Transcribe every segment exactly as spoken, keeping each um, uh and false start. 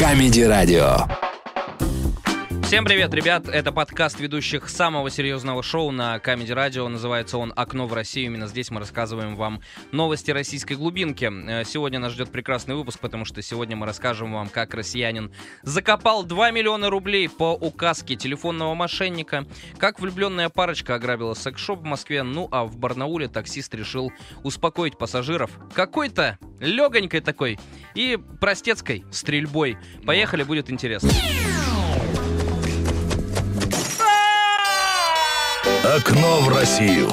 Камеди-радио. Всем привет, ребят! Это подкаст ведущих самого серьезного шоу на Камеди Радио. Называется он «Окно в Россию». Именно здесь мы рассказываем вам новости российской глубинки. Сегодня нас ждет прекрасный выпуск, потому что сегодня мы расскажем вам, как россиянин закопал два миллиона рублей по указке телефонного мошенника, как влюбленная парочка ограбила секс-шоп в Москве, ну а в Барнауле таксист решил успокоить пассажиров какой-то легонькой такой и простецкой стрельбой. Поехали, будет интересно. Окно в Россию.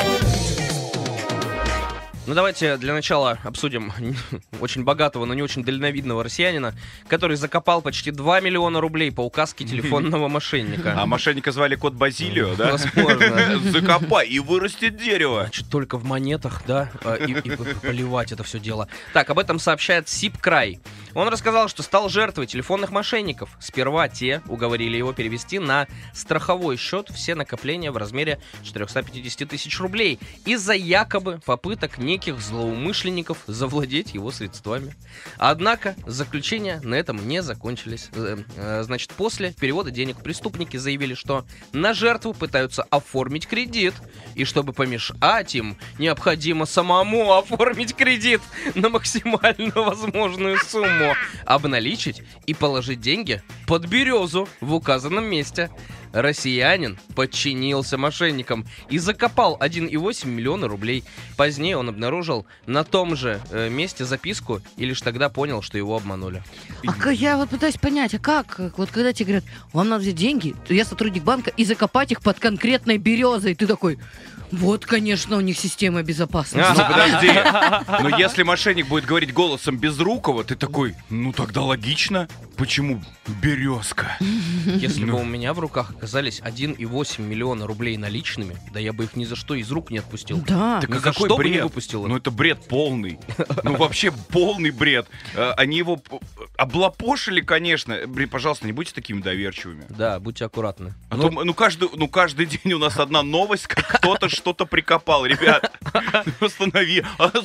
Ну давайте для начала обсудим очень богатого, но не очень дальновидного россиянина, который закопал почти два миллиона рублей по указке телефонного мошенника. А мошенника звали Кот Базилио, да? Возможно. Закопай, и вырастет дерево. Значит, только в монетах, да, и, и поливать это все дело. Так, об этом сообщает Сибкрай. Он рассказал, что стал жертвой телефонных мошенников. Сперва те уговорили его перевести на страховой счет все накопления в размере четыреста пятьдесят тысяч рублей из-за якобы попыток неких злоумышленников завладеть его средствами. Однако заключения на этом не закончились. Значит, после перевода денег преступники заявили, что на жертву пытаются оформить кредит. И чтобы помешать им, необходимо самому оформить кредит на максимально возможную сумму, обналичить и положить деньги под березу в указанном месте. Россиянин подчинился мошенникам и закопал один и восемь миллиона рублей. Позднее он обнаружил на том же э, месте записку и лишь тогда понял, что его обманули. А я вот пытаюсь понять, а как? Вот когда тебе говорят, вам надо взять деньги, то я сотрудник банка, и закопать их под конкретной березой. Ты такой... Вот, конечно, у них система безопасности. Ну, подожди. Но если мошенник будет говорить голосом Безрукова, ты такой, ну, тогда логично. Почему березка? Если бы у меня в руках оказались один и восемь миллиона рублей наличными, да я бы их ни за что из рук не отпустил. Да. Так Ни а за какой что бы не бред? выпустил их. Ну, это бред полный. Ну, вообще полный бред. Э, Они его облапошили, конечно. Блин, пожалуйста, не будьте такими доверчивыми. Да, будьте аккуратны. А Ну, то, ну, каждый, ну, каждый день у нас одна новость, как кто-то что-то прикопал. Ребят, останови,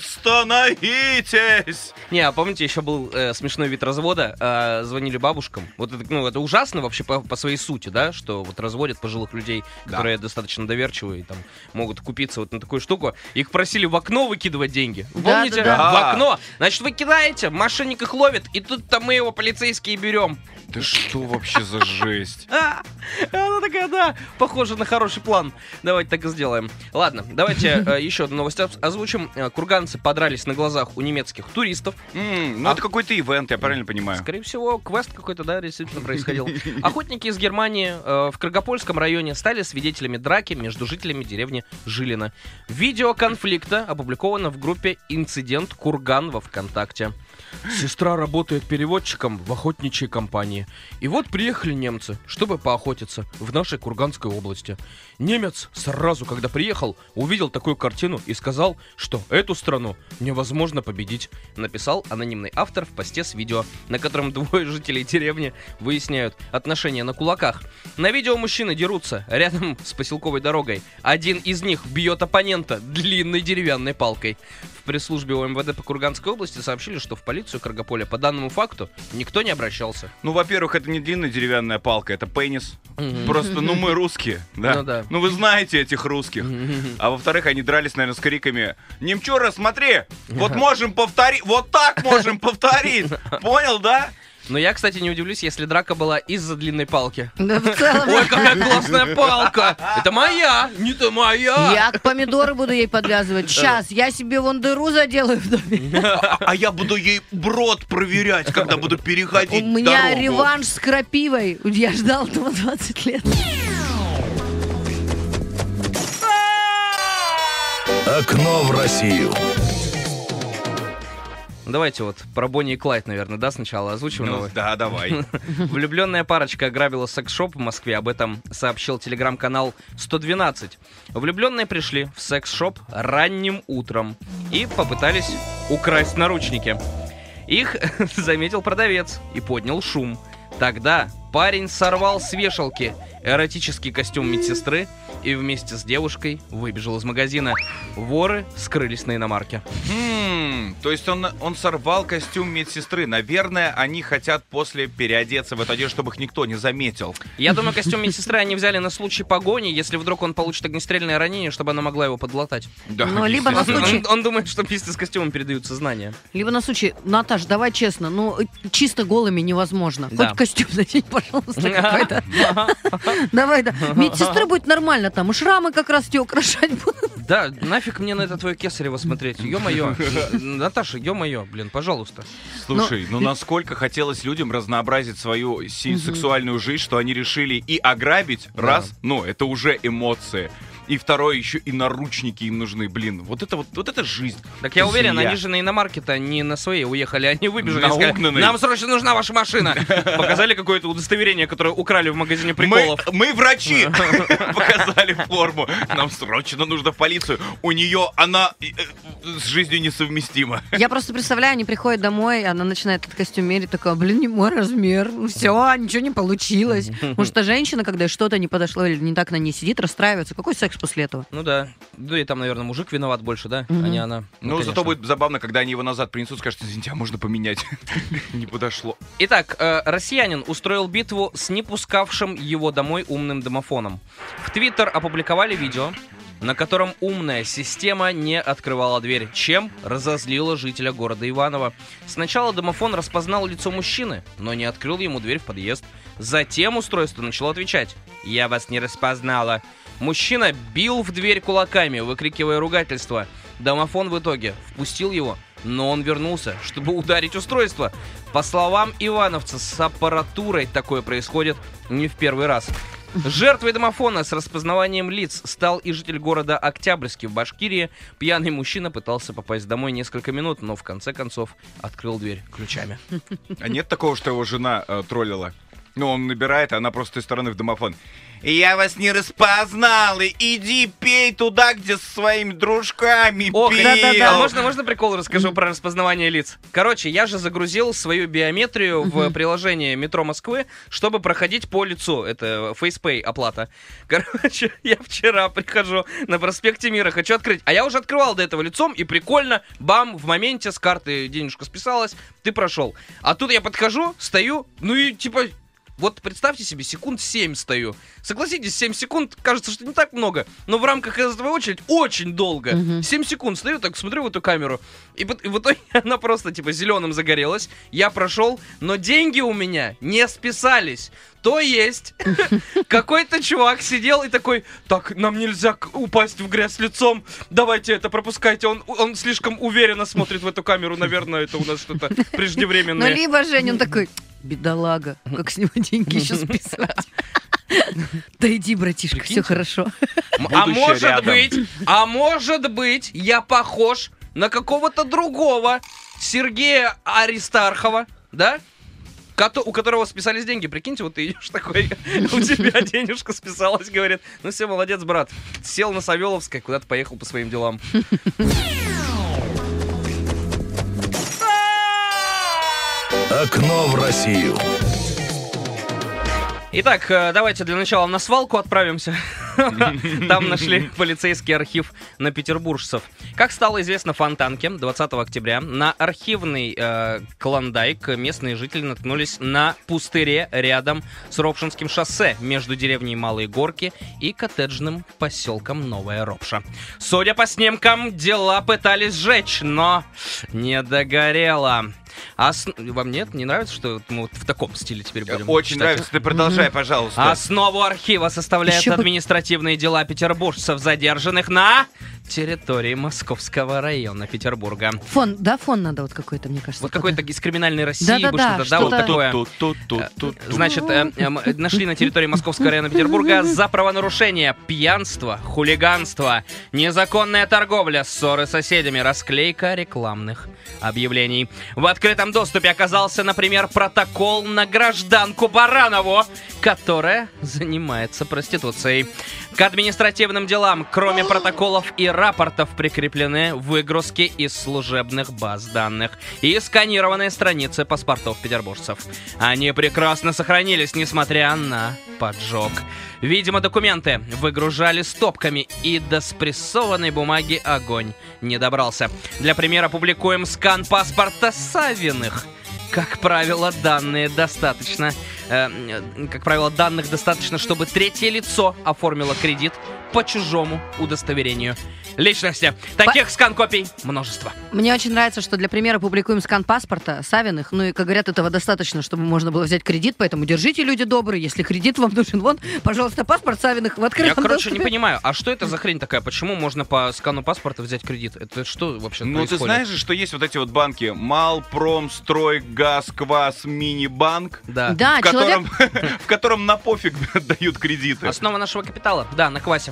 остановитесь! Не, а помните, еще был э, смешной вид развода, э, звонили бабушкам. Вот это, ну, это ужасно вообще по, по своей сути, да, что вот разводят пожилых людей, которые достаточно доверчивые, там, могут купиться вот на такую штуку. Их просили в окно выкидывать деньги. Да, Помните? да, да. В окно. Значит, вы кидаете, мошенник их ловит, и тут-то мы его полицейские берем. Да что вообще за жесть? А, она такая, да, похоже на хороший план. Давайте так и сделаем. Ладно, давайте э, еще одну новость озвучим. Э, Курганцы подрались на глазах у немецких туристов. М, Ну, это какой-то ивент, я правильно понимаю? Скорее всего, квест какой-то, да, действительно происходил. Охотники из Германии э, в Каргопольском районе стали свидетелями драки между жителями деревни Жилино. Видео конфликта опубликовано в группе «Инцидент Курган» во ВКонтакте. Сестра работает переводчиком в охотничьей компании. И вот приехали немцы, чтобы поохотиться в нашей Курганской области. Немец сразу, когда приехал, увидел такую картину и сказал, что эту страну невозможно победить. Написал анонимный автор в посте с видео, на котором двое жителей деревни выясняют отношения на кулаках. На видео мужчины дерутся рядом с поселковой дорогой. Один из них бьет оппонента длинной деревянной палкой. В пресс-службе ОМВД по Курганской области сообщили, что в полицию Каргополя по данному факту никто не обращался. Ну, во-первых, это не длинная деревянная палка, это пенис. Мгм. Просто, ну, мы русские, да? Ну да. Ну, вы знаете этих русских. А во-вторых, они дрались, наверное, с криками: «Немчура, смотри, вот можем повторить, вот так можем повторить!» Понял, да? Но я, кстати, не удивлюсь, если драка была из-за длинной палки. Да, в целом. Ой, какая классная палка! Это моя! Не то моя! Я к помидоры буду ей подвязывать. Сейчас, я себе вон дыру заделаю в доме. А, а я буду ей брод проверять, когда буду У переходить меня дорогу. реванш с крапивой. Я ждал этого двадцать лет. Окно в Россию. Давайте вот про Бонни и Клайд, наверное, да, сначала озвучим Ну, новость. да, давай. Влюбленная парочка ограбила секс-шоп в Москве. Об этом сообщил телеграм-канал сто двенадцать. Влюбленные пришли в секс-шоп ранним утром и попытались украсть наручники. Их заметил продавец и поднял шум. Тогда парень сорвал с вешалки эротический костюм медсестры и вместе с девушкой выбежал из магазина. Воры скрылись на иномарке. Хм, то есть он, он сорвал костюм медсестры. Наверное, они хотят после переодеться в эту одежду, чтобы их никто не заметил. Я думаю, костюм медсестры они взяли на случай погони, если вдруг он получит огнестрельное ранение, чтобы она могла его подлатать. Да, Ну, либо на Он, случай, он- он думает, что вместе с костюмом передают сознание. либо на случай, Наташ, давай честно, ну чисто голыми невозможно. Да. Хоть костюм надень, пожалуйста, какой-то. Давай, да. Медсестры будет нормально там, и шрамы как раз тебе украшать будут. Да, нафиг мне на это твое кесарево смотреть. Ё-моё. Наташа, ё-моё, блин, пожалуйста. Слушай, ну насколько хотелось людям разнообразить свою си- сексуальную жизнь, что они решили и ограбить, Да. раз, ну, это уже эмоции. И второе, еще и наручники им нужны, блин. Вот это вот, вот это жизнь. Так я уверен, Семья. они же на иномарке-то не на своей уехали, они выбежали На и сказали, угнанной. нам срочно нужна ваша машина. Показали какое-то удостоверение, которое украли в магазине Мы, приколов. мы врачи! Показали форму. Нам срочно нужно в полицию. У нее она э, э, с жизнью несовместима. Я просто представляю, они приходят домой, она начинает этот костюм мерить, такая, блин, не мой размер, все, ничего не получилось. Потому что женщина, когда что-то не подошло или не так на ней сидит, расстраивается. Какой секс после этого? Ну да. Да и там, наверное, мужик виноват больше, да, Мгм. а не она. Ну, конечно. зато будет забавно, когда они его назад принесут, скажут, извините, а можно поменять? Не подошло. Итак, э, россиянин устроил битву с не пускавшим его домой умным домофоном. В Твиттер опубликовали видео, на котором умная система не открывала дверь, чем разозлила жителя города Иваново. Сначала домофон распознал лицо мужчины, но не открыл ему дверь в подъезд. Затем устройство начало отвечать: «Я вас не распознала». Мужчина бил в дверь кулаками, выкрикивая ругательство. Домофон в итоге впустил его, но он вернулся, чтобы ударить устройство. По словам ивановца, с аппаратурой такое происходит не в первый раз. Жертвой домофона с распознаванием лиц стал и житель города Октябрьский в Башкирии. Пьяный мужчина пытался попасть домой несколько минут, но в конце концов открыл дверь ключами. А нет такого, что его жена э, троллила? Ну, он набирает, а она просто с той стороны в домофон. Я вас не распознал, и иди пей туда, где со своими дружками Ох, пил. да-да-да. А можно, можно прикол расскажу про распознавание лиц? Короче, я же загрузил свою биометрию в приложение метро Москвы, чтобы проходить по лицу. Это FacePay оплата. Короче, я вчера прихожу на проспекте Мира, хочу открыть. А я уже открывал до этого лицом, и прикольно, бам, в моменте с карты денежка списалась, ты прошел. А тут я подхожу, стою, ну и типа... Вот представьте себе, секунд семь стою. Согласитесь, семь секунд, кажется, что не так много, но в рамках этого очередь очень долго. Мгм. семь секунд стою, так смотрю в эту камеру, и, пот- и в итоге она просто типа зеленым загорелась. Я прошел, но деньги у меня не списались. То есть, какой-то чувак сидел и такой: так, нам нельзя к- упасть в грязь лицом, давайте это пропускайте. Он, он слишком уверенно смотрит в эту камеру, наверное, это у нас что-то Ну, преждевременное. либо Женя, он такой, бедолага, как с него деньги еще списывать? Да иди, братишка, все Прикиньте. хорошо. М- А Будущее может рядом. быть, а может быть, я похож на какого-то другого Сергея Аристархова, да? Кото- у которого списались деньги. Прикиньте, вот ты идешь такой, у тебя денежка списалась, говорит: ну все, молодец, брат. Сел на Савеловской, куда-то поехал по своим делам. Окно в Россию. Итак, э, давайте для начала на свалку отправимся. Там нашли полицейский архив на петербуржцев. Как стало известно Фонтанке, двадцатого октября на архивный э, клондайк местные жители наткнулись на пустыре рядом с Ропшинским шоссе между деревней Малые Горки и коттеджным поселком Новая Ропша. Судя по снимкам, дела пытались сжечь, но не догорело. А с- вам нет? Не нравится, что мы вот в таком стиле теперь будем Очень читать? нравится, ты продолжай, пожалуйста. Основу архива составляют Еще бы- административные дела петербуржцев, задержанных на территории Московского района Петербурга. Фон, да, фон надо вот какой-то, мне кажется. Вот какой-то из криминальной России, Да-да-да, бы что-то, да, что-то- вот такое. Тут-тут-тут-тут-тут. Значит, э, э, м- нашли на территории Московского района Петербурга за правонарушение, пьянство, хулиганство, незаконная торговля, ссоры с соседями, расклейка рекламных объявлений. В открытом доступе оказался, например, протокол на гражданку Баранову, которая занимается проституцией. К административным делам, кроме протоколов и рапортов, прикреплены выгрузки из служебных баз данных и сканированные страницы паспортов петербуржцев. Они прекрасно сохранились, несмотря на поджог. Видимо, документы выгружали стопками, и до спрессованной бумаги огонь не добрался. Для примера публикуем скан паспорта Савиных. Как правило, данные достаточно, э, как правило, данных достаточно, чтобы третье лицо оформило кредит по чужому удостоверению личности. Таких скан-копий множество. Мне очень нравится, что для примера публикуем скан паспорта Савиных. Ну и, как говорят, этого достаточно, чтобы можно было взять кредит. Поэтому держите, люди добрые. Если кредит вам нужен, вон, пожалуйста, паспорт Савиных в открытом Я, короче, доступе. не понимаю, а что это за хрень такая? Почему можно по скану паспорта взять кредит? Это что вообще Ну, происходит? ты знаешь же, что есть вот эти вот банки Малпромстрой, Газ, Квас, Мини-банк, Да. Да, в, человек... котором, в котором на пофиг дают кредиты. Основа нашего капитала. Да, на квасе.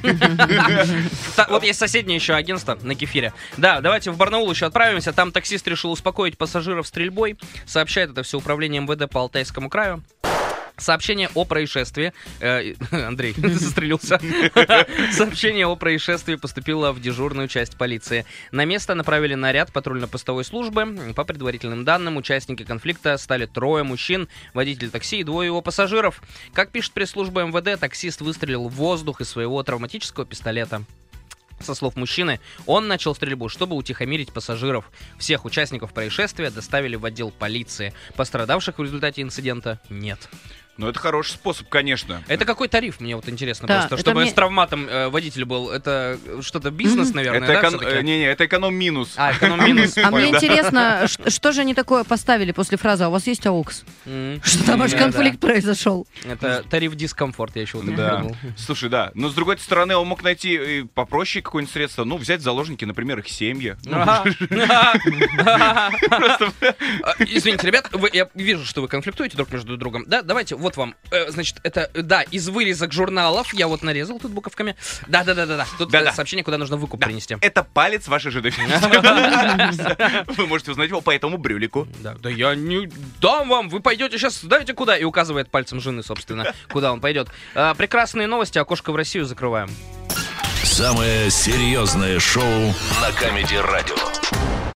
Та- Вот есть соседнее еще агентство на кефире. Да, давайте в Барнаул еще отправимся. Там таксист решил успокоить пассажиров стрельбой. Сообщает это все управление МВД по Алтайскому краю. Сообщение о происшествии... э, Андрей, ты застрелился. Сообщение о происшествии поступило в дежурную часть полиции. На место направили наряд патрульно-постовой службы. По предварительным данным, участники конфликта стали трое мужчин, водитель такси и двое его пассажиров. Как пишет пресс-служба МВД, таксист выстрелил в воздух из своего травматического пистолета. Со слов мужчины, он начал стрельбу, чтобы утихомирить пассажиров. Всех участников происшествия доставили в отдел полиции. Пострадавших в результате инцидента нет. Ну, это хороший способ, конечно. Это какой тариф, мне вот интересно, Да, просто, это чтобы мне- с травматом э, водитель был. Это что-то бизнес, наверное, Это, да, экон- всё-таки? э, не-не, это эконом-минус. А, эконом-минус. А мне Да. интересно, ш- что же они такое поставили после фразы «А у вас есть АУКС?» М. Что там аж Да, конфликт произошел. да. Это тариф дискомфорт, я еще вот Да. придумал. Слушай, да. Но с другой стороны, он мог найти э, попроще какое-нибудь средство. Ну, взять в заложники, например, их семьи. Ну, Ага. А, Извините, ребят, вы- я вижу, что вы конфликтуете друг между другом. Да, давайте, вот вам, э, значит, это, э, да, из вырезок журналов, я вот нарезал тут буковками. Да-да-да-да, тут Да-да. э, сообщение, куда нужно выкуп Да. принести. Это палец вашей жены. Вы можете узнать его по этому брюлику. Да, да я не дам вам, вы пойдете сейчас, знаете куда? И указывает пальцем жены, собственно, куда он пойдет. А, прекрасные новости, окошко в Россию закрываем. Самое серьезное шоу на Камеди Радио.